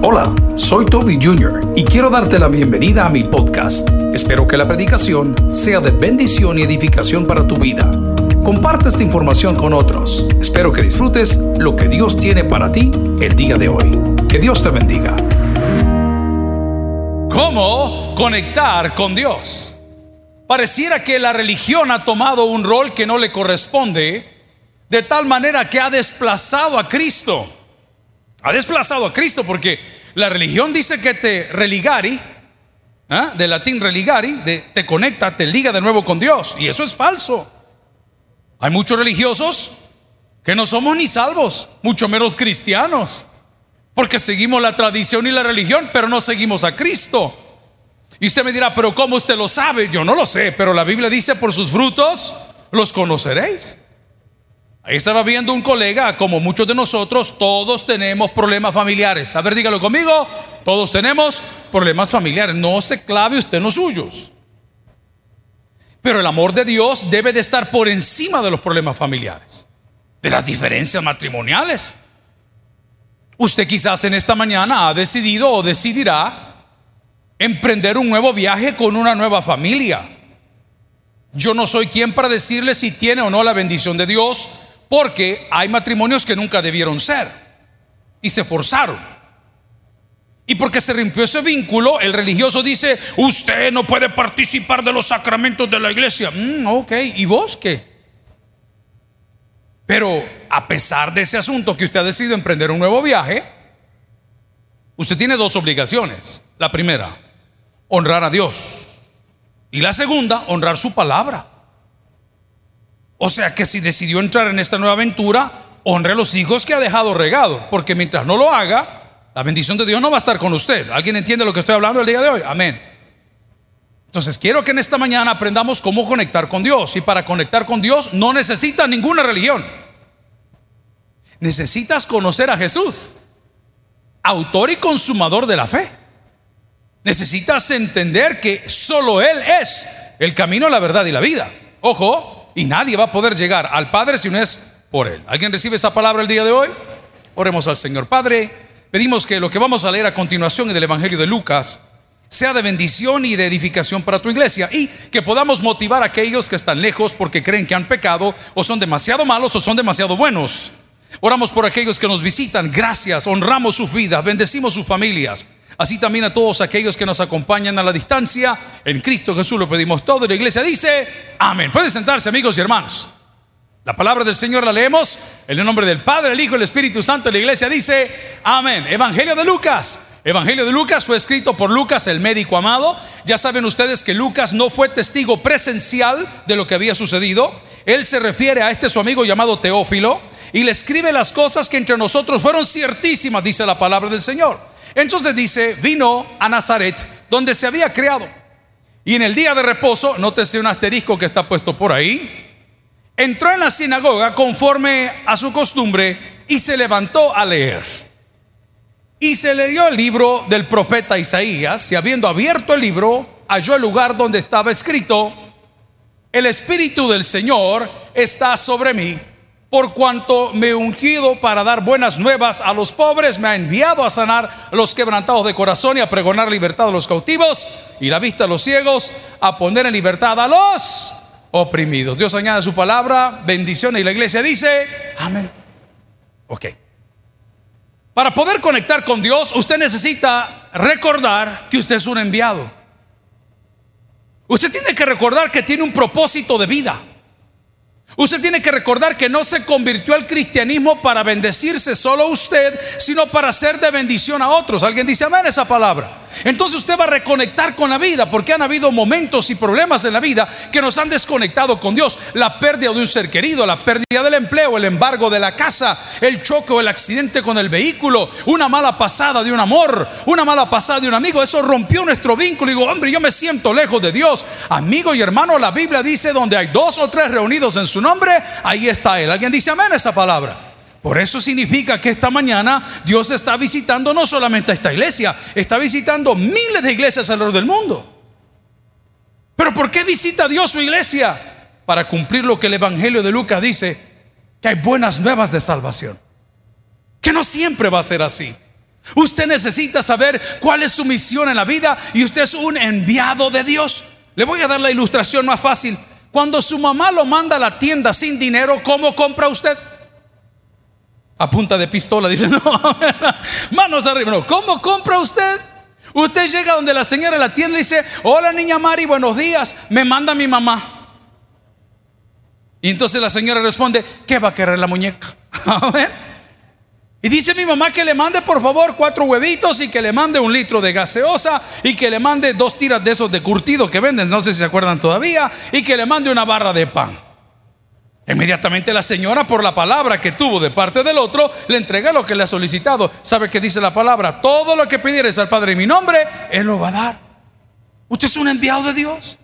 Hola, soy Toby Jr. y quiero darte la bienvenida a mi podcast. Espero que la predicación sea de bendición y edificación para tu vida. Comparte esta información con otros. Espero que disfrutes lo que Dios tiene para ti el día de hoy. Que Dios te bendiga. ¿Cómo conectar con Dios? Pareciera que la religión ha tomado un rol que no le corresponde, de tal manera que ha desplazado a Cristo. Ha desplazado a Cristo porque la religión dice que te religari, del latín religari, te conecta, te liga de nuevo con Dios. Y eso es falso. Hay muchos religiosos que no somos ni salvos, mucho menos cristianos, porque seguimos la tradición y la religión, pero no seguimos a Cristo. Y usted me dirá, pero ¿cómo usted lo sabe? Yo no lo sé, pero la Biblia dice, por sus frutos los conoceréis. Ahí estaba viendo un colega, como muchos de nosotros, todos tenemos problemas familiares. A ver, dígalo conmigo, todos tenemos problemas familiares. No se clave usted en los suyos. Pero el amor de Dios debe de estar por encima de los problemas familiares, de las diferencias matrimoniales. Usted quizás en esta mañana ha decidido o decidirá emprender un nuevo viaje con una nueva familia. Yo no soy quien para decirle si tiene o no la bendición de Dios, porque hay matrimonios que nunca debieron ser y se forzaron. Y porque se rompió ese vínculo, el religioso dice, usted no puede participar de los sacramentos de la iglesia. Ok, ¿y vos qué? Pero a pesar de ese asunto que usted ha decidido emprender un nuevo viaje, usted tiene dos obligaciones. La primera, honrar a Dios. Y la segunda, honrar su palabra. O sea que si decidió entrar en esta nueva aventura, honre a los hijos que ha dejado regado, porque mientras no lo haga, la bendición de Dios no va a estar con usted. ¿Alguien entiende lo que estoy hablando el día de hoy? Amén. Entonces quiero que en esta mañana aprendamos cómo conectar con Dios. Y para conectar con Dios no necesitas ninguna religión. Necesitas conocer a Jesús, autor y consumador de la fe. Necesitas entender que solo Él es el camino, la verdad y la vida. Ojo, y nadie va a poder llegar al Padre si no es por Él. ¿Alguien recibe esa palabra el día de hoy? Oremos al Señor. Padre, pedimos que lo que vamos a leer a continuación del Evangelio de Lucas sea de bendición y de edificación para tu iglesia, y que podamos motivar a aquellos que están lejos porque creen que han pecado, o son demasiado malos o son demasiado buenos. Oramos por aquellos que nos visitan. Gracias, honramos sus vidas, bendecimos sus familias. Así también a todos aquellos que nos acompañan a la distancia. En Cristo Jesús lo pedimos todo. Y la iglesia dice amén. Pueden sentarse, amigos y hermanos. La palabra del Señor la leemos en el nombre del Padre, el Hijo y el Espíritu Santo. La iglesia dice amén. Evangelio de Lucas. Evangelio de Lucas fue escrito por Lucas, el médico amado. Ya saben ustedes que Lucas no fue testigo presencial de lo que había sucedido. Él se refiere a este su amigo llamado Teófilo y le escribe las cosas que entre nosotros fueron ciertísimas, dice la palabra del Señor. Entonces dice, vino a Nazaret, donde se había criado, y en el día de reposo, nótese un asterisco que está puesto por ahí, entró en la sinagoga conforme a su costumbre y se levantó a leer. Y se leyó el libro del profeta Isaías, y habiendo abierto el libro, halló el lugar donde estaba escrito: el Espíritu del Señor está sobre mí, por cuanto me he ungido para dar buenas nuevas a los pobres, me ha enviado a sanar a los quebrantados de corazón y a pregonar libertad a los cautivos y la vista a los ciegos, a poner en libertad a los oprimidos. Dios añade su palabra, bendición, y la iglesia dice amén. Ok. Para poder conectar con Dios, usted necesita recordar que usted es un enviado. Usted tiene que recordar que tiene un propósito de vida. Usted tiene que recordar que no se convirtió al cristianismo para bendecirse solo usted, sino para ser de bendición a otros. ¿Alguien dice amén esa palabra? Entonces usted va a reconectar con la vida, porque han habido momentos y problemas en la vida que nos han desconectado con Dios. La pérdida de un ser querido, la pérdida del empleo, el embargo de la casa, el choque o el accidente con el vehículo, una mala pasada de un amor, una mala pasada de un amigo. Eso rompió nuestro vínculo. Y digo, hombre, yo me siento lejos de Dios. Amigo y hermano, la Biblia dice, donde hay dos o tres reunidos en su nombre, ahí está Él. ¿Alguien dice amén esa palabra? Por eso significa que esta mañana Dios está visitando no solamente a esta iglesia, está visitando miles de iglesias alrededor del mundo. ¿Pero por qué visita Dios su iglesia? Para cumplir lo que el Evangelio de Lucas dice, que hay buenas nuevas de salvación. Que no siempre va a ser así. Usted necesita saber cuál es su misión en la vida y usted es un enviado de Dios. Le voy a dar la ilustración más fácil. Cuando su mamá lo manda a la tienda sin dinero, ¿cómo compra usted? A punta de pistola, dice. No, manos arriba. No, ¿cómo compra usted? Usted llega donde la señora de la tienda y dice: hola niña Mari, buenos días, me manda mi mamá. Y entonces la señora responde: ¿qué va a querer la muñeca? A ver. Y dice mi mamá que le mande por favor 4 huevitos y que le mande 1 litro de gaseosa y que le mande 2 tiras de esos de curtido que venden, no sé si se acuerdan todavía, y que le mande una barra de pan. Inmediatamente la señora, por la palabra que tuvo de parte del otro, le entrega lo que le ha solicitado. ¿Sabe qué dice la palabra? Todo lo que pidieres al Padre en mi nombre, Él lo va a dar. Usted es un enviado de Dios.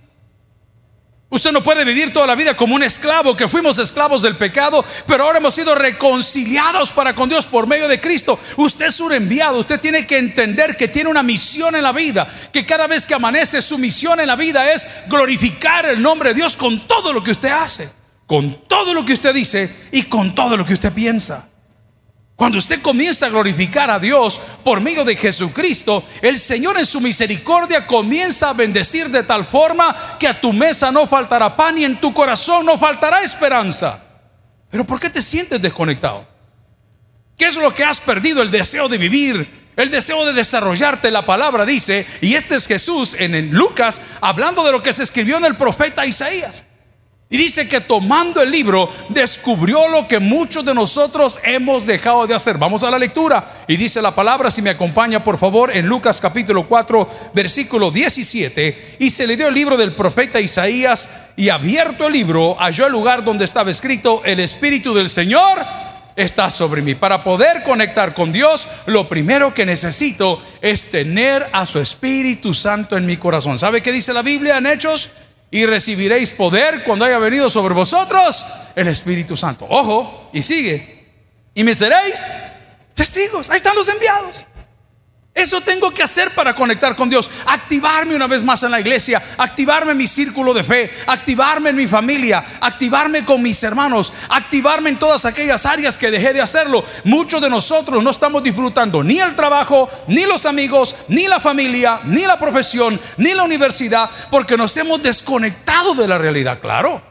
Usted no puede vivir toda la vida como un esclavo, que fuimos esclavos del pecado, pero ahora hemos sido reconciliados para con Dios por medio de Cristo. Usted es un enviado. Usted tiene que entender que tiene una misión en la vida, que cada vez que amanece, su misión en la vida es glorificar el nombre de Dios con todo lo que usted hace, con todo lo que usted dice y con todo lo que usted piensa. Cuando usted comienza a glorificar a Dios por medio de Jesucristo, el Señor en su misericordia comienza a bendecir de tal forma que a tu mesa no faltará pan y en tu corazón no faltará esperanza. Pero ¿por qué te sientes desconectado? ¿Qué es lo que has perdido? El deseo de vivir, el deseo de desarrollarte. La palabra dice, y este es Jesús en Lucas, hablando de lo que se escribió en el profeta Isaías. Y dice que tomando el libro descubrió lo que muchos de nosotros hemos dejado de hacer. Vamos a la lectura. Y dice la palabra, si me acompaña por favor, en Lucas capítulo 4 versículo 17. Y se le dio el libro del profeta Isaías, y abierto el libro halló el lugar donde estaba escrito: el Espíritu del Señor está sobre mí. Para poder conectar con Dios, lo primero que necesito es tener a su Espíritu Santo en mi corazón. ¿Sabe qué dice la Biblia en Hechos? Y recibiréis poder cuando haya venido sobre vosotros el Espíritu Santo. Ojo, y sigue: y me seréis testigos. Ahí están los enviados. Eso tengo que hacer para conectar con Dios. Activarme una vez más en la iglesia, activarme en mi círculo de fe, activarme en mi familia, activarme con mis hermanos, activarme en todas aquellas áreas que dejé de hacerlo. Muchos de nosotros no estamos disfrutando ni el trabajo, ni los amigos, ni la familia, ni la profesión, ni la universidad, porque nos hemos desconectado de la realidad. Claro,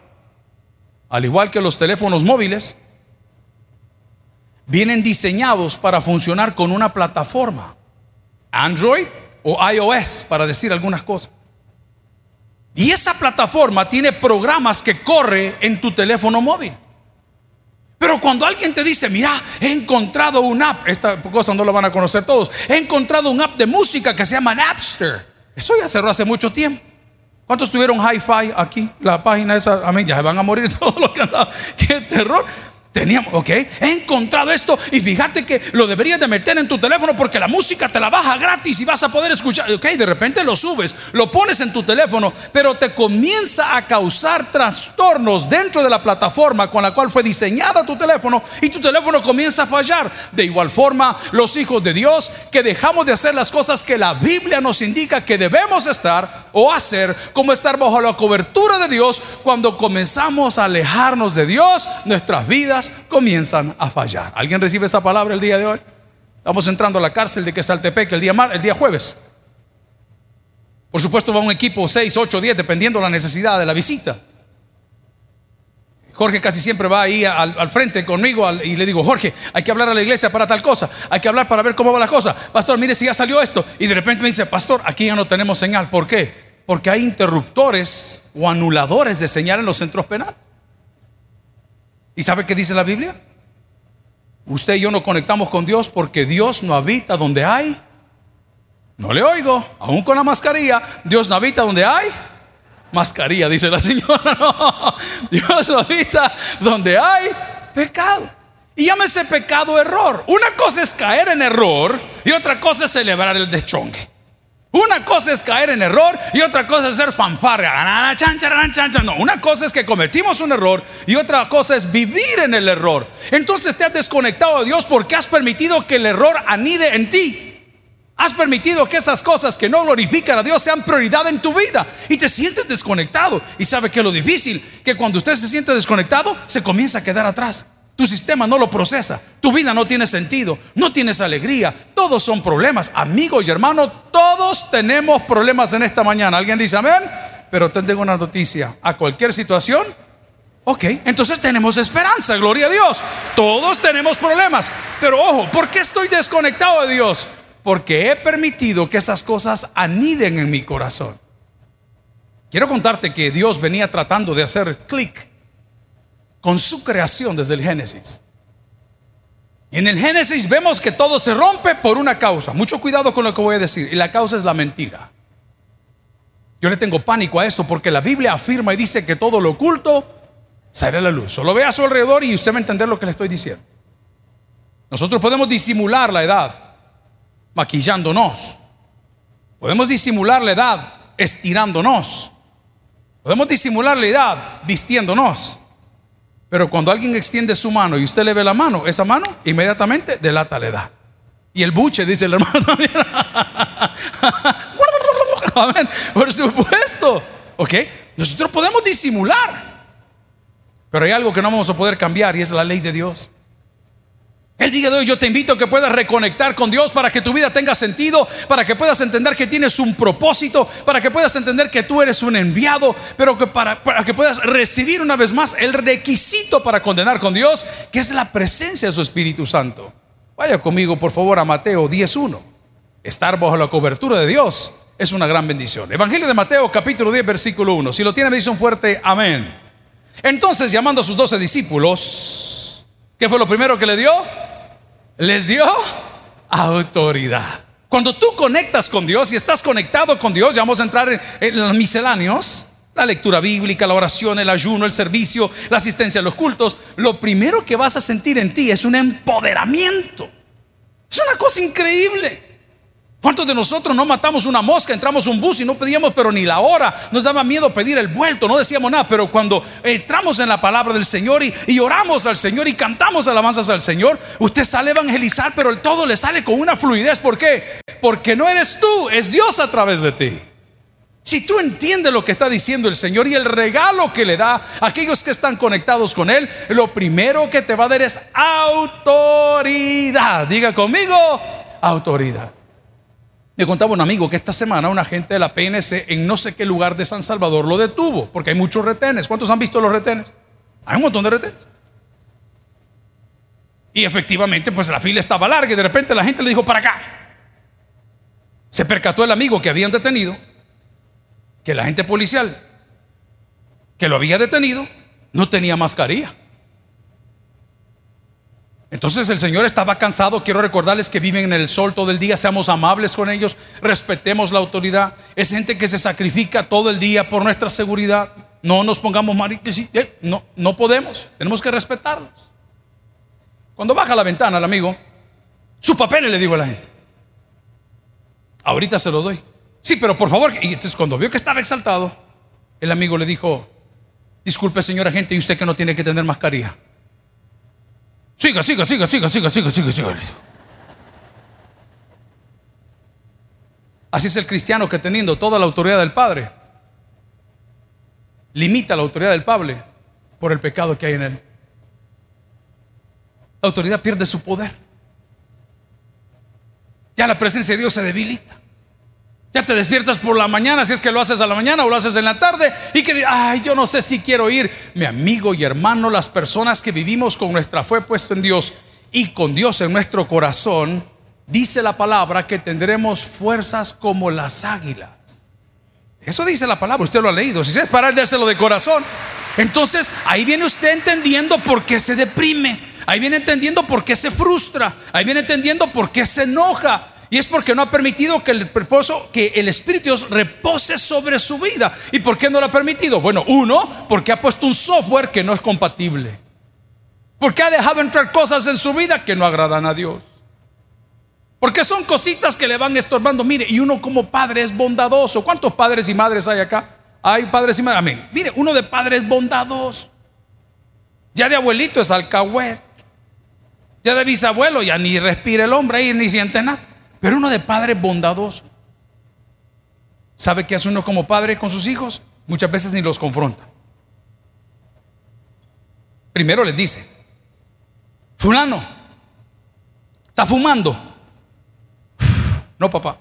al igual que los teléfonos móviles, vienen diseñados para funcionar con una plataforma, Android o iOS, para decir algunas cosas. Y esa plataforma tiene programas que corre en tu teléfono móvil. Pero cuando alguien te dice: mira, he encontrado un app, esta cosa no la van a conocer todos, he encontrado un app de música que se llama Napster. Eso ya cerró hace mucho tiempo. ¿Cuántos tuvieron Hi-Fi aquí? La página esa, a mí ya se van a morir todos los que andaban. ¡Qué terror! Teníamos, ok, he encontrado esto y fíjate que lo deberías de meter en tu teléfono porque la música te la baja gratis y vas a poder escuchar. Ok, de repente lo subes, lo pones en tu teléfono, pero te comienza a causar trastornos dentro de la plataforma con la cual fue diseñada tu teléfono, y tu teléfono comienza a fallar. De igual forma, los hijos de Dios que dejamos de hacer las cosas que la Biblia nos indica que debemos estar o hacer, como estar bajo la cobertura de Dios, cuando comenzamos a alejarnos de Dios, nuestras vidas comienzan a fallar. ¿Alguien recibe esa palabra el día de hoy? Estamos entrando a la cárcel de Quesaltepec el día jueves. Por supuesto va un equipo 6, 8, 10 dependiendo la necesidad de la visita. Jorge casi siempre va ahí al frente conmigo y le digo: Jorge, hay que hablar a la iglesia para tal cosa, hay que hablar para ver cómo va la cosa. Pastor, mire si ya salió esto. Y de repente me dice: pastor, aquí ya no tenemos señal. ¿Por qué? Porque hay interruptores o anuladores de señal en los centros penales. ¿Y sabe qué dice la Biblia? Usted y yo no conectamos con Dios porque Dios no habita donde hay. No le oigo, aún con la mascarilla. Dios no habita donde hay mascarilla, dice la señora. No, Dios no habita donde hay pecado. Y llámese pecado error. Una cosa es caer en error y otra cosa es celebrar el deschongue. Una cosa es caer en error y otra cosa es ser fanfarria. No, una cosa es que cometimos un error y otra cosa es vivir en el error. Entonces te has desconectado de Dios porque has permitido que el error anide en ti. Has permitido que esas cosas que no glorifican a Dios sean prioridad en tu vida y te sientes desconectado. Y sabe que lo difícil, que cuando usted se siente desconectado, se comienza a quedar atrás. Tu sistema no lo procesa. Tu vida no tiene sentido. No tienes alegría. Todos son problemas. Amigos y hermanos, todos tenemos problemas en esta mañana. ¿Alguien dice amén? Pero te tengo una noticia. A cualquier situación, ok, entonces tenemos esperanza. Gloria a Dios. Todos tenemos problemas. Pero ojo, ¿por qué estoy desconectado de Dios? Porque he permitido que esas cosas aniden en mi corazón. Quiero contarte que Dios venía tratando de hacer clic con su creación desde el Génesis. Y en el Génesis vemos que todo se rompe por una causa. Mucho cuidado con lo que voy a decir. Y la causa es la mentira. Yo le tengo pánico a esto porque la Biblia afirma y dice que todo lo oculto sale a la luz. Solo vea a su alrededor y usted va a entender lo que le estoy diciendo. Nosotros podemos disimular la edad maquillándonos. Podemos disimular la edad estirándonos. Podemos disimular la edad vistiéndonos. Pero cuando alguien extiende su mano y usted le ve la mano, esa mano inmediatamente delata la edad. Y el buche, dice el hermano también. Amén. Por supuesto. Ok, nosotros podemos disimular, pero hay algo que no vamos a poder cambiar, y es la ley de Dios. El día de hoy yo te invito a que puedas reconectar con Dios para que tu vida tenga sentido, para que puedas entender que tienes un propósito, para que puedas entender que tú eres un enviado, pero que para que puedas recibir una vez más el requisito para condenar con Dios, que es la presencia de su Espíritu Santo. Vaya conmigo por favor a Mateo 10:1. Estar bajo la cobertura de Dios es una gran bendición. Evangelio de Mateo capítulo 10 versículo 1. Si lo tiene, me dice un fuerte amén. Entonces, llamando a sus 12 discípulos, ¿qué fue lo primero que le dio? Les dio autoridad. Cuando tú conectas con Dios y estás conectado con Dios, ya vamos a entrar en los misceláneos, la lectura bíblica, la oración, el ayuno, el servicio, la asistencia a los cultos. Lo primero que vas a sentir en ti es un empoderamiento. Es una cosa increíble. ¿Cuántos de nosotros no matamos una mosca, entramos a un bus y no pedíamos pero ni la hora? Nos daba miedo pedir el vuelto, no decíamos nada. Pero cuando entramos en la palabra del Señor y oramos al Señor y cantamos alabanzas al Señor, usted sale a evangelizar, pero el todo le sale con una fluidez. ¿Por qué? Porque no eres tú, es Dios a través de ti. Si tú entiendes lo que está diciendo el Señor y el regalo que le da a aquellos que están conectados con Él, lo primero que te va a dar es autoridad. Diga conmigo, autoridad. Me contaba un amigo que esta semana un agente de la PNC en no sé qué lugar de San Salvador lo detuvo, porque hay muchos retenes. ¿Cuántos han visto los retenes? Hay un montón de retenes. Y efectivamente pues la fila estaba larga y de repente la gente le dijo para acá. Se percató el amigo que habían detenido que el agente policial que lo había detenido no tenía mascarilla. Entonces el Señor estaba cansado. Quiero recordarles que viven en el sol todo el día. Seamos amables con ellos, respetemos la autoridad. Es gente que se sacrifica todo el día por nuestra seguridad. No nos pongamos no podemos, tenemos que respetarlos. Cuando baja la ventana el amigo, sus papeles, le digo a la gente. Ahorita se los doy. Sí, pero por favor. Y entonces cuando vio que estaba exaltado, el amigo le dijo: disculpe señor agente, ¿y usted que no tiene que tener mascarilla? Siga. Así es el cristiano que, teniendo toda la autoridad del Padre, limita la autoridad del Padre por el pecado que hay en él. La autoridad pierde su poder. Ya la presencia de Dios se debilita. Ya te despiertas por la mañana, si es que lo haces a la mañana o lo haces en la tarde, y que yo no sé si quiero ir. Mi amigo y hermano, las personas que vivimos con nuestra fe puesta en Dios y con Dios en nuestro corazón, dice la palabra que tendremos fuerzas como las águilas. Eso dice la palabra, usted lo ha leído. Si es para dárselo de corazón, entonces ahí viene usted entendiendo por qué se deprime. Ahí viene entendiendo por qué se frustra. Ahí viene entendiendo por qué se enoja. Y es porque no ha permitido que el Espíritu de Dios repose sobre su vida. ¿Y por qué no lo ha permitido? Bueno, uno, porque ha puesto un software que no es compatible. Porque ha dejado entrar cosas en su vida que no agradan a Dios. Porque son cositas que le van estorbando. Mire, y uno como padre es bondadoso. ¿Cuántos padres y madres hay acá? Hay padres y madres. Amén. Mire, uno de padre es bondadoso. Ya de abuelito es alcahuete. Ya de bisabuelo ya ni respira el hombre ahí, ni siente nada. Pero uno de padre bondadoso. ¿Sabe qué hace uno como padre con sus hijos? Muchas veces ni los confronta. Primero les dice: fulano está fumando. No, papá.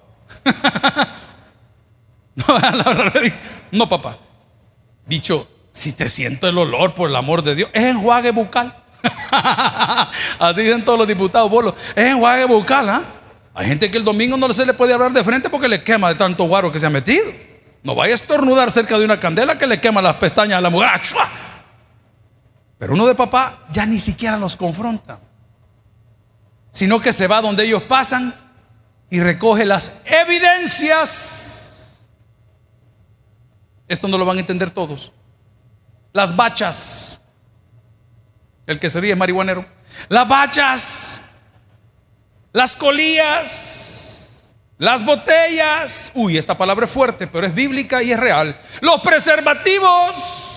No, papá. Bicho, si te siento el olor, por el amor de Dios, es enjuague bucal. Así dicen todos los diputados bolos, es enjuague bucal, ¿ah? Hay gente que el domingo no se le puede hablar de frente porque le quema de tanto guaro que se ha metido. No vaya a estornudar cerca de una candela que le quema las pestañas a la mujer. ¡Achua! Pero uno de papá ya ni siquiera los confronta, sino que se va donde ellos pasan y recoge las evidencias. Esto no lo van a entender todos. Las bachas. El que se ríe es marihuanero. Las bachas, las colillas, las botellas. Uy, esta palabra es fuerte, pero es bíblica y es real. Los preservativos.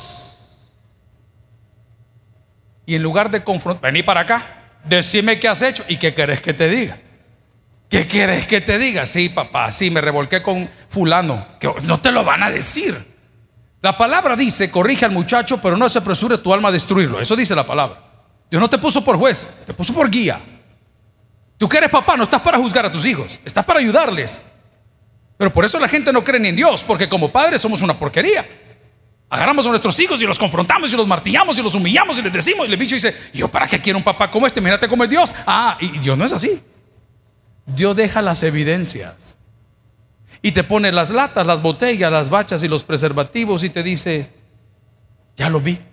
Y en lugar de confrontar, vení para acá, decime qué has hecho y qué querés que te diga. ¿Qué querés que te diga? Sí, papá, sí, me revolqué con fulano. Que no te lo van a decir. La palabra dice, corrige al muchacho, pero no se apresure tu alma a destruirlo. Eso dice la palabra. Dios no te puso por juez, te puso por guía. Tú que eres papá no estás para juzgar a tus hijos, estás para ayudarles. Pero por eso la gente no cree ni en Dios, porque como padres somos una porquería. Agarramos a nuestros hijos y los confrontamos y los martillamos y los humillamos y les decimos, y el bicho dice, ¿yo para qué quiero un papá como este? Mírate cómo es Dios. Ah, y Dios no es así. Dios deja las evidencias y te pone las latas, las botellas, las bachas y los preservativos y te dice, ya lo vi.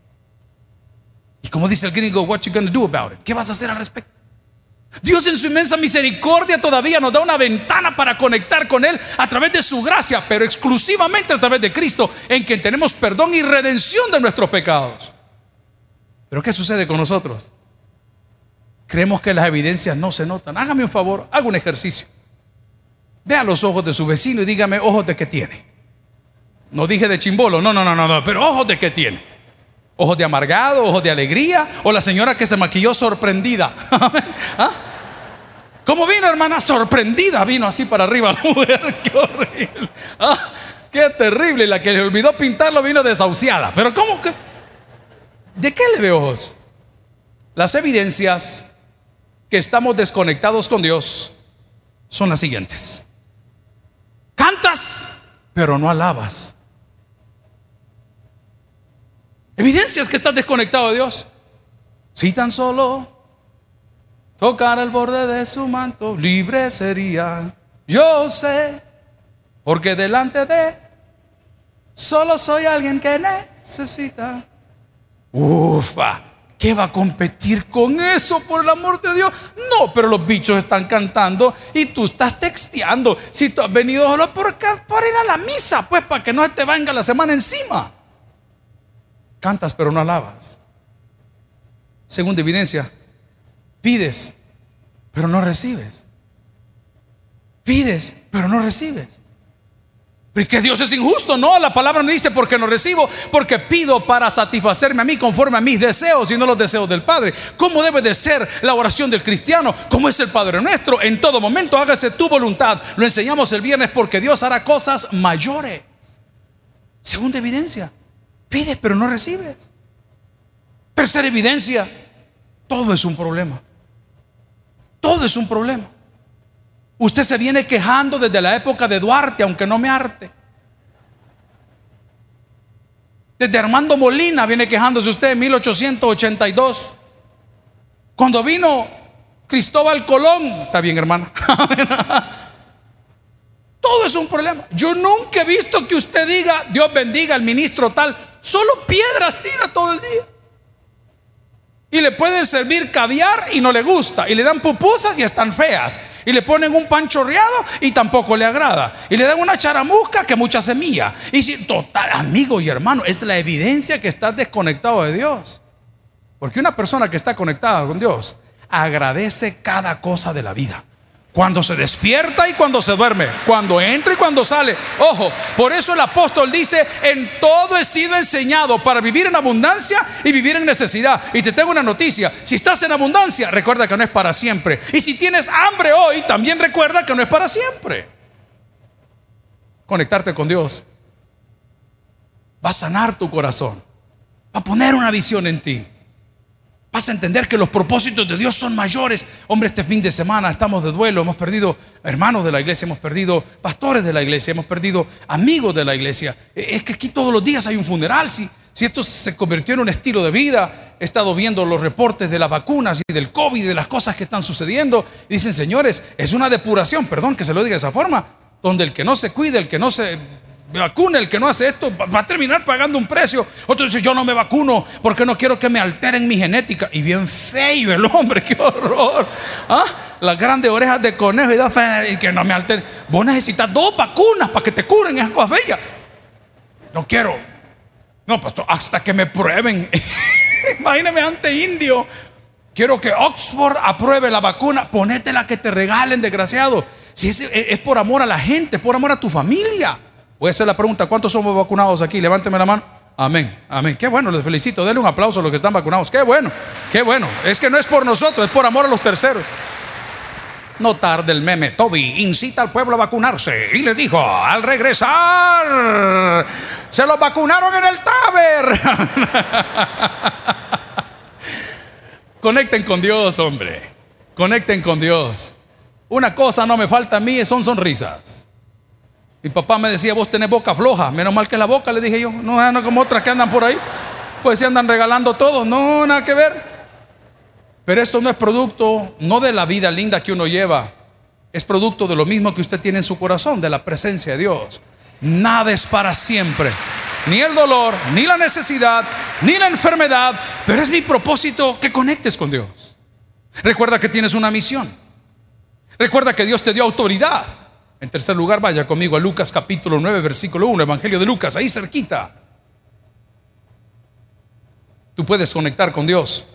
Y como dice el gringo, what you gonna do about it? ¿Qué vas a hacer al respecto? Dios en su inmensa misericordia todavía nos da una ventana para conectar con Él a través de su gracia, pero exclusivamente a través de Cristo, en quien tenemos perdón y redención de nuestros pecados. Pero ¿qué sucede con nosotros? Creemos que las evidencias no se notan. Hágame un favor, haga un ejercicio. Vea los ojos de su vecino y dígame, ojos de qué tiene. No dije de chimbolo, no, pero ojos de qué tiene. Ojos de amargado, ojos de alegría, o la señora que se maquilló sorprendida. ¿Ah? ¿Cómo vino, hermana? Sorprendida, vino así para arriba la mujer. Qué horrible. ¿Ah? Qué terrible. Y la que le olvidó pintarlo vino desahuciada. Pero ¿cómo que? ¿De qué le ve ojos? Las evidencias que estamos desconectados con Dios son las siguientes. Cantas, pero no alabas. Evidencias que estás desconectado de Dios. Si tan solo tocar el borde de su manto, libre sería. Yo sé, porque delante de solo soy alguien que necesita. Ufa, ¿qué va a competir con eso, por el amor de Dios? No, pero los bichos están cantando y tú estás texteando. Si tú has venido solo por ir a la misa, pues para que no se te venga la semana encima. Cantas pero no alabas. Segunda evidencia, pides pero no recibes. Pides pero no recibes. ¿Y que Dios es injusto? No, la palabra me dice porque no recibo, porque pido para satisfacerme a mí conforme a mis deseos y no los deseos del Padre. ¿Cómo debe de ser la oración del cristiano? ¿Cómo es el Padre nuestro? En todo momento hágase tu voluntad. Lo enseñamos el viernes, porque Dios hará cosas mayores. Segunda evidencia, pides pero no recibes. Tercera evidencia, todo es un problema. Todo es un problema. Usted se viene quejando desde la época de Duarte, aunque no me harte. Desde Armando Molina viene quejándose usted en 1882. Cuando vino Cristóbal Colón, está bien, hermana. Todo es un problema. Yo nunca he visto que usted diga, Dios bendiga al ministro tal. Solo piedras tira todo el día. Y le pueden servir caviar y no le gusta. Y le dan pupusas y están feas. Y le ponen un pan chorreado y tampoco le agrada. Y le dan una charamusca que mucha semilla. Y si, total, amigo y hermano, es la evidencia que estás desconectado de Dios. Porque una persona que está conectada con Dios agradece cada cosa de la vida. Cuando se despierta y cuando se duerme, cuando entra y cuando sale. Ojo, por eso el apóstol dice, en todo he sido enseñado para vivir en abundancia y vivir en necesidad. Y te tengo una noticia, si estás en abundancia, recuerda que no es para siempre. Y si tienes hambre hoy, también recuerda que no es para siempre. Conectarte con Dios va a sanar tu corazón, va a poner una visión en ti, Vas a entender que los propósitos de Dios son mayores. Hombre, este fin de semana estamos de duelo. Hemos perdido hermanos de la iglesia, hemos perdido pastores de la iglesia, hemos perdido amigos de la iglesia. Es que aquí todos los días hay un funeral. Si esto se convirtió en un estilo de vida, he estado viendo los reportes de las vacunas y del COVID y de las cosas que están sucediendo. Y dicen, señores, es una depuración, perdón que se lo diga de esa forma, donde el que no se cuide, el que no se vacuna, el que no hace esto, va a terminar pagando un precio. Otro dice, yo no me vacuno porque no quiero que me alteren mi genética. Y bien feo el hombre, qué horror. Las grandes orejas de conejo y que no me alteren. Vos necesitas 2 vacunas para que te curen esas cosas feas. No quiero. No, pastor, hasta que me prueben. Imagíname ante indio. Quiero que Oxford apruebe la vacuna. Ponete la que te regalen, desgraciado. Si es por amor a la gente, es por amor a tu familia. Voy a hacer la pregunta, ¿cuántos somos vacunados aquí? Levánteme la mano. Amén, amén. Qué bueno, les felicito. Denle un aplauso a los que están vacunados. Qué bueno, qué bueno. Es que no es por nosotros, es por amor a los terceros. No tarde el meme. Toby incita al pueblo a vacunarse y le dijo, al regresar, se los vacunaron en el Taber. Conecten con Dios, hombre. Conecten con Dios. Una cosa no me falta a mí, son sonrisas. Mi papá me decía, vos tenés boca floja. Menos mal que la boca, le dije yo. No como otras que andan por ahí. Pues se andan regalando todo. No, nada que ver. Pero esto no es producto, no de la vida linda que uno lleva. Es producto de lo mismo que usted tiene en su corazón, de la presencia de Dios. Nada es para siempre. Ni el dolor, ni la necesidad, ni la enfermedad. Pero es mi propósito que conectes con Dios. Recuerda que tienes una misión. Recuerda que Dios te dio autoridad. En tercer lugar, vaya conmigo a Lucas capítulo 9, versículo 1, Evangelio de Lucas, ahí cerquita. Tú puedes conectar con Dios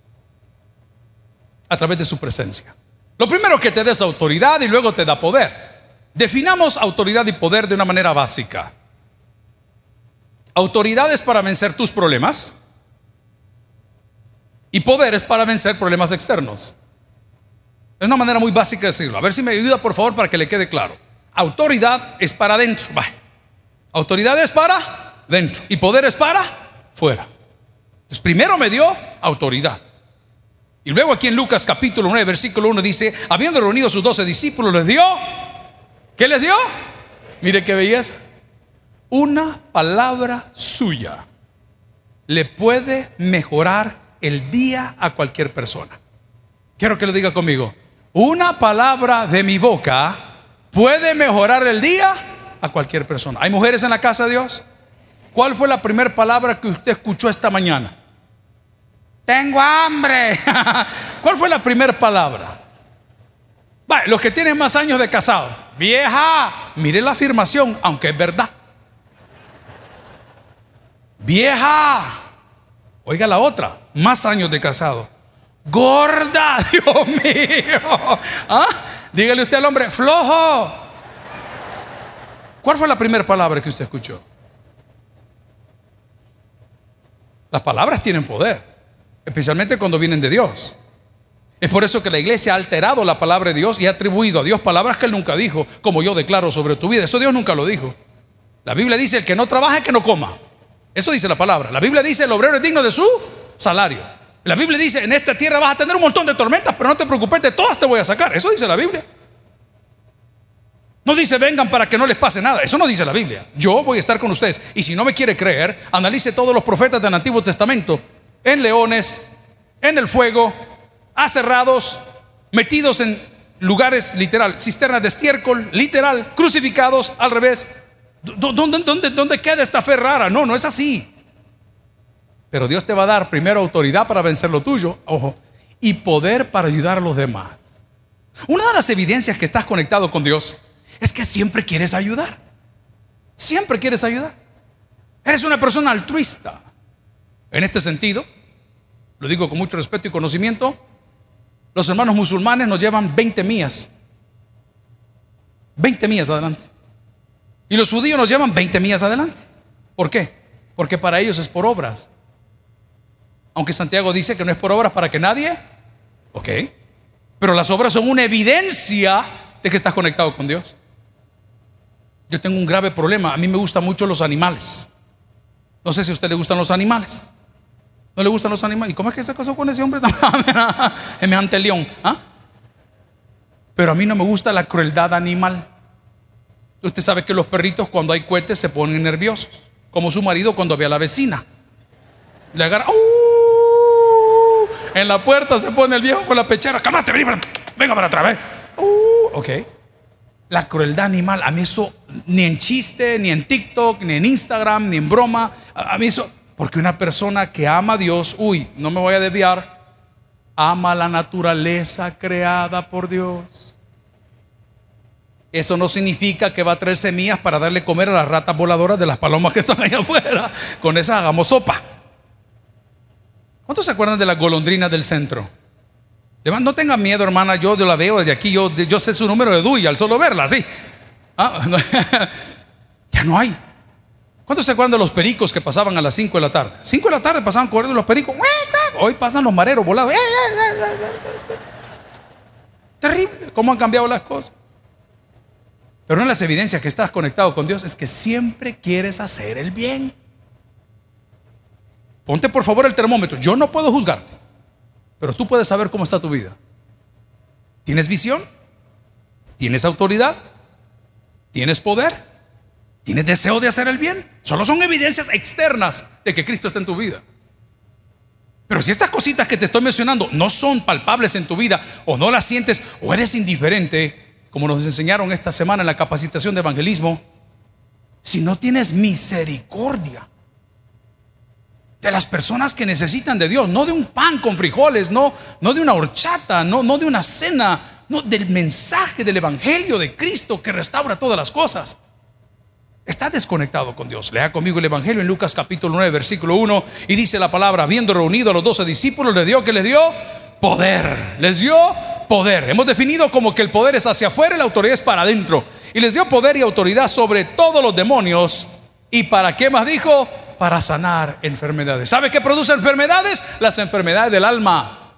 a través de su presencia. Lo primero que te da es autoridad y luego te da poder. Definamos autoridad y poder de una manera básica. Autoridad es para vencer tus problemas y poder es para vencer problemas externos. Es una manera muy básica de decirlo. A ver si me ayuda, por favor, para que le quede claro. Autoridad es para adentro. Autoridad es para dentro y poder es para fuera. Entonces primero me dio autoridad. Y luego aquí en Lucas capítulo 9, versículo 1 dice, habiendo reunido a sus 12 discípulos, les dio, ¿qué les dio? Mire qué belleza. Una palabra suya le puede mejorar el día a cualquier persona. Quiero que lo diga conmigo. Una palabra de mi boca puede mejorar el día a cualquier persona. ¿Hay mujeres en la casa de Dios? ¿Cuál fue la primera palabra que usted escuchó esta mañana? Tengo hambre. ¿Cuál fue la primera palabra? Vale, los que tienen más años de casado. Vieja. Mire la afirmación, aunque es verdad. Vieja. Oiga la otra, más años de casado. Gorda, Dios mío. Dígale usted al hombre, flojo. ¿Cuál fue la primera palabra que usted escuchó? Las palabras tienen poder, especialmente cuando vienen de Dios. Es por eso que la iglesia ha alterado la palabra de Dios y ha atribuido a Dios palabras que Él nunca dijo, como yo declaro sobre tu vida. Eso Dios nunca lo dijo. La Biblia dice, el que no trabaja, que no coma. Eso dice la palabra. La Biblia dice, el obrero es digno de su salario. La Biblia dice, en esta tierra vas a tener un montón de tormentas, pero no te preocupes, de todas te voy a sacar. Eso dice la Biblia. No dice vengan para que no les pase nada. Eso no dice la Biblia. Yo voy a estar con ustedes. Y si no me quiere creer, analice todos los profetas del Antiguo Testamento. En leones, en el fuego, aserrados, metidos en lugares literal, cisternas de estiércol, literal, crucificados al revés. ¿Dónde queda esta fe rara? No es así. Pero Dios te va a dar primero autoridad para vencer lo tuyo, ojo, y poder para ayudar a los demás. Una de las evidencias que estás conectado con Dios es que siempre quieres ayudar. Siempre quieres ayudar. Eres una persona altruista. En este sentido, lo digo con mucho respeto y conocimiento, los hermanos musulmanes nos llevan 20 millas. 20 millas adelante. Y los judíos nos llevan 20 millas adelante. ¿Por qué? Porque para ellos es por obras. Aunque Santiago dice que no es por obras para que nadie. Ok. Pero las obras son una evidencia de que estás conectado con Dios. Yo tengo un grave problema. A mí me gustan mucho los animales. No sé si a usted le gustan los animales. ¿No le gustan los animales? ¿Y cómo es que se casó con ese hombre? Semejante león. ¿Ah? Pero a mí no me gusta la crueldad animal. Usted sabe que los perritos cuando hay cohetes se ponen nerviosos, como su marido cuando ve a la vecina. Le agarra, en la puerta se pone el viejo con la pechera. Cámate, venga para atrás, ok. La crueldad animal, a mí eso, ni en chiste, ni en TikTok, ni en Instagram, ni en broma. A mí eso, porque una persona que ama a Dios, no me voy a desviar, ama la naturaleza creada por Dios. Eso no significa que va a traer semillas para darle comer a las ratas voladoras de las palomas que están allá afuera. Con esas hagamos sopa. ¿Cuántos se acuerdan de las golondrinas del centro? No tengan miedo, hermana, yo la veo desde aquí, yo sé su número de DUI al solo verla, sí. Ya no hay. ¿Cuántos se acuerdan de los pericos que pasaban a las 5 de la tarde? 5 de la tarde pasaban corriendo los pericos. Hoy pasan los mareros volados. Terrible, cómo han cambiado las cosas. Pero una de las evidencias que estás conectado con Dios es que siempre quieres hacer el bien. Ponte por favor el termómetro. Yo no puedo juzgarte, pero tú puedes saber cómo está tu vida. ¿Tienes visión? ¿Tienes autoridad? ¿Tienes poder? ¿Tienes deseo de hacer el bien? Solo son evidencias externas de que Cristo está en tu vida. Pero si estas cositas que te estoy mencionando no son palpables en tu vida, o no las sientes, o eres indiferente, como nos enseñaron esta semana en la capacitación de evangelismo, si no tienes misericordia de las personas que necesitan de Dios, no de un pan con frijoles, no de una horchata, no de una cena, no del mensaje del evangelio de Cristo que restaura todas las cosas, está desconectado con Dios. Lea conmigo el evangelio en Lucas capítulo 9 versículo 1, y dice la palabra: habiendo reunido a los 12 discípulos, les dio poder. Les dio poder. Hemos definido como que el poder es hacia afuera y la autoridad es para adentro. Y les dio poder y autoridad sobre todos los demonios. ¿Y para qué más dijo? Para sanar enfermedades. ¿Sabe qué produce enfermedades? Las enfermedades del alma.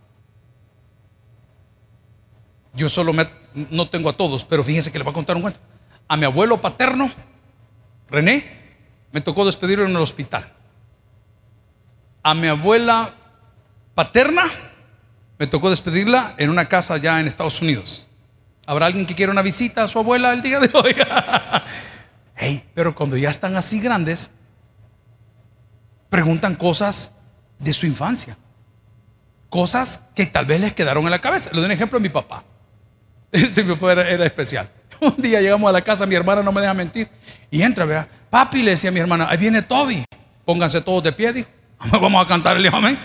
Yo no tengo a todos, pero fíjense que les voy a contar un cuento. A mi abuelo paterno, René, me tocó despedirlo en el hospital. A mi abuela paterna me tocó despedirla en una casa allá en Estados Unidos. ¿Habrá alguien que quiera una visita a su abuela el día de hoy? Pero cuando ya están así grandes, preguntan cosas de su infancia, cosas que tal vez les quedaron en la cabeza. Le doy un ejemplo a mi papá. Mi papá era especial. Un día llegamos a la casa, mi hermana no me deja mentir, y entra, vea, papi, le decía a mi hermana, ahí viene Toby, pónganse todos de pie, dijo, vamos a cantar el amén.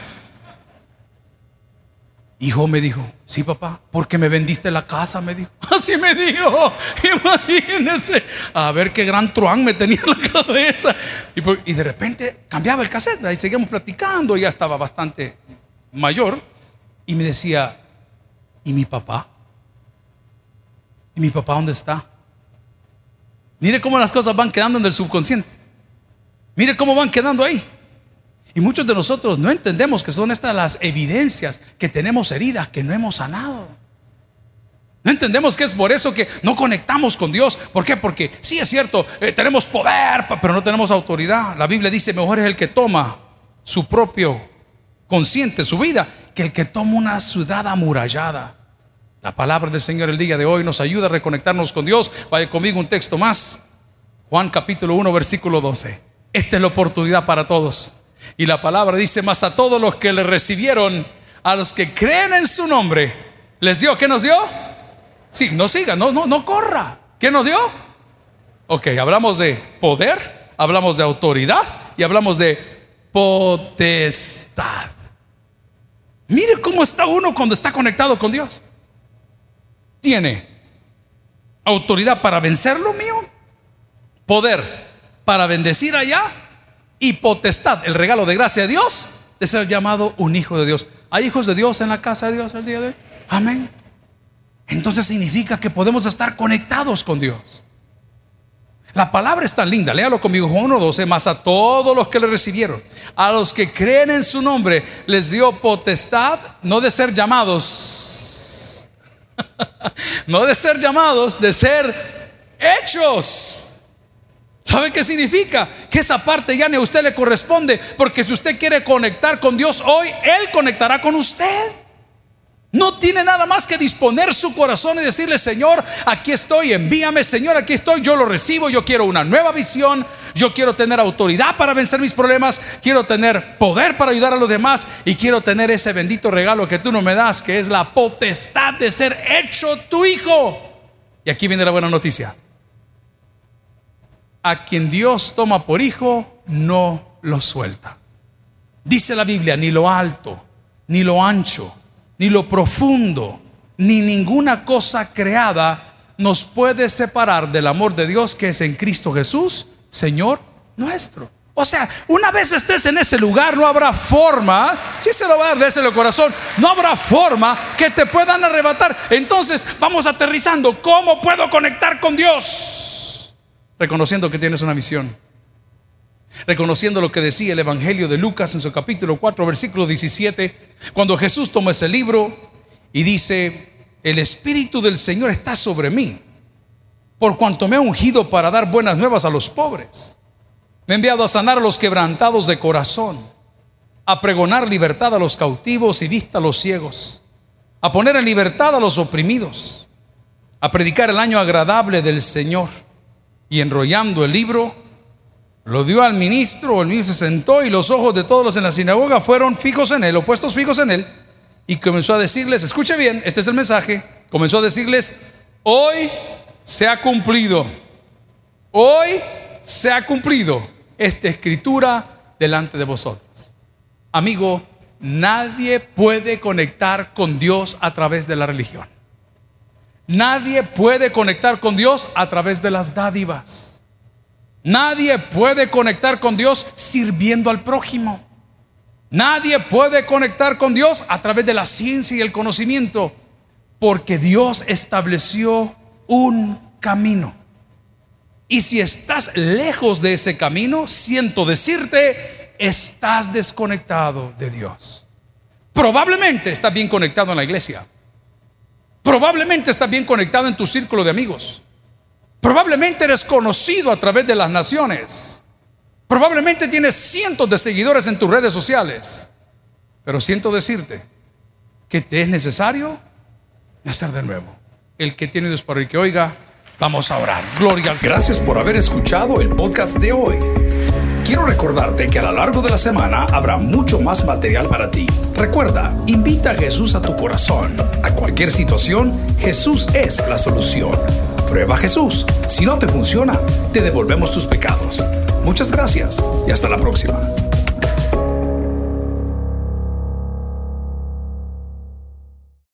Hijo, me dijo, sí papá, porque me vendiste la casa, me dijo. Así me dijo, imagínense, a ver qué gran truán me tenía en la cabeza. Y de repente cambiaba el cassette, ahí seguíamos platicando, ya estaba bastante mayor, y me decía, ¿y mi papá? ¿Y mi papá dónde está? Mire cómo las cosas van quedando en el subconsciente. Mire cómo van quedando ahí. Y muchos de nosotros no entendemos que son estas las evidencias que tenemos heridas que no hemos sanado. No entendemos que es por eso que no conectamos con Dios. ¿Por qué? Porque sí es cierto, tenemos poder, pero no tenemos autoridad. La Biblia dice, mejor es el que toma su propio consciente, su vida, que el que toma una ciudad amurallada. La palabra del Señor el día de hoy nos ayuda a reconectarnos con Dios. Vaya conmigo un texto más. Juan capítulo 1 versículo 12. Esta es la oportunidad para todos. Y la palabra dice, mas a todos los que le recibieron, a los que creen en su nombre, les dio. ¿Qué nos dio? Sí, no siga, no corra. ¿Qué nos dio? Ok, hablamos de poder, hablamos de autoridad y hablamos de potestad. Mire cómo está uno cuando está conectado con Dios. Tiene autoridad para vencer lo mío, poder para bendecir allá, y potestad, el regalo de gracia de Dios, de ser llamado un hijo de Dios. ¿Hay hijos de Dios en la casa de Dios el día de hoy? Amén. Entonces significa que podemos estar conectados con Dios. La palabra es tan linda, léalo conmigo, Juan 1:12, mas a todos los que le recibieron, a los que creen en su nombre, les dio potestad, no de ser llamados, no de ser llamados, de ser hechos ¿Sabe qué significa? Que esa parte ya ni a usted le corresponde, porque si usted quiere conectar con Dios hoy, Él conectará con usted. No tiene nada más que disponer su corazón y decirle: Señor, aquí estoy, envíame. Señor, aquí estoy, yo lo recibo. Yo quiero una nueva visión. Yo quiero tener autoridad para vencer mis problemas. Quiero tener poder para ayudar a los demás. Y quiero tener ese bendito regalo que tú no me das, que es la potestad de ser hecho tu hijo. Y aquí viene la buena noticia: a quien Dios toma por hijo, no lo suelta. Dice la Biblia: ni lo alto, ni lo ancho, ni lo profundo, ni ninguna cosa creada nos puede separar del amor de Dios que es en Cristo Jesús, Señor nuestro. O sea, una vez estés en ese lugar, no habrá forma, si se lo va a dar, déselo el corazón, no habrá forma que te puedan arrebatar. Entonces vamos aterrizando. ¿Cómo puedo conectar con Dios? Reconociendo que tienes una misión, reconociendo lo que decía el Evangelio de Lucas en su capítulo 4, versículo 17, cuando Jesús toma ese libro y dice: el Espíritu del Señor está sobre mí, por cuanto me ha ungido para dar buenas nuevas a los pobres. Me ha enviado a sanar a los quebrantados de corazón, a pregonar libertad a los cautivos y vista a los ciegos, a poner en libertad a los oprimidos, a predicar el año agradable del Señor. Y enrollando el libro, lo dio al ministro. El ministro se sentó y los ojos de todos los en la sinagoga fueron fijos en él, o puestos fijos en él. Y comenzó a decirles, escuche bien, este es el mensaje. Comenzó a decirles: hoy se ha cumplido, hoy se ha cumplido esta escritura delante de vosotros. Amigo, nadie puede conectar con Dios a través de la religión. Nadie puede conectar con Dios a través de las dádivas. Nadie puede conectar con Dios sirviendo al prójimo. Nadie puede conectar con Dios a través de la ciencia y el conocimiento, porque Dios estableció un camino. Y si estás lejos de ese camino, siento decirte, estás desconectado de Dios. Probablemente estás bien conectado en la iglesia. Probablemente estás bien conectado en tu círculo de amigos. Probablemente eres conocido a través de las naciones. Probablemente tienes cientos de seguidores en tus redes sociales. Pero siento decirte que te es necesario nacer de nuevo. El que tiene Dios para el que oiga, vamos a orar. Gloria al Señor. Gracias por haber escuchado el podcast de hoy. Quiero recordarte que a lo largo de la semana habrá mucho más material para ti. Recuerda, invita a Jesús a tu corazón. A cualquier situación, Jesús es la solución. Prueba a Jesús. Si no te funciona, te devolvemos tus pecados. Muchas gracias y hasta la próxima.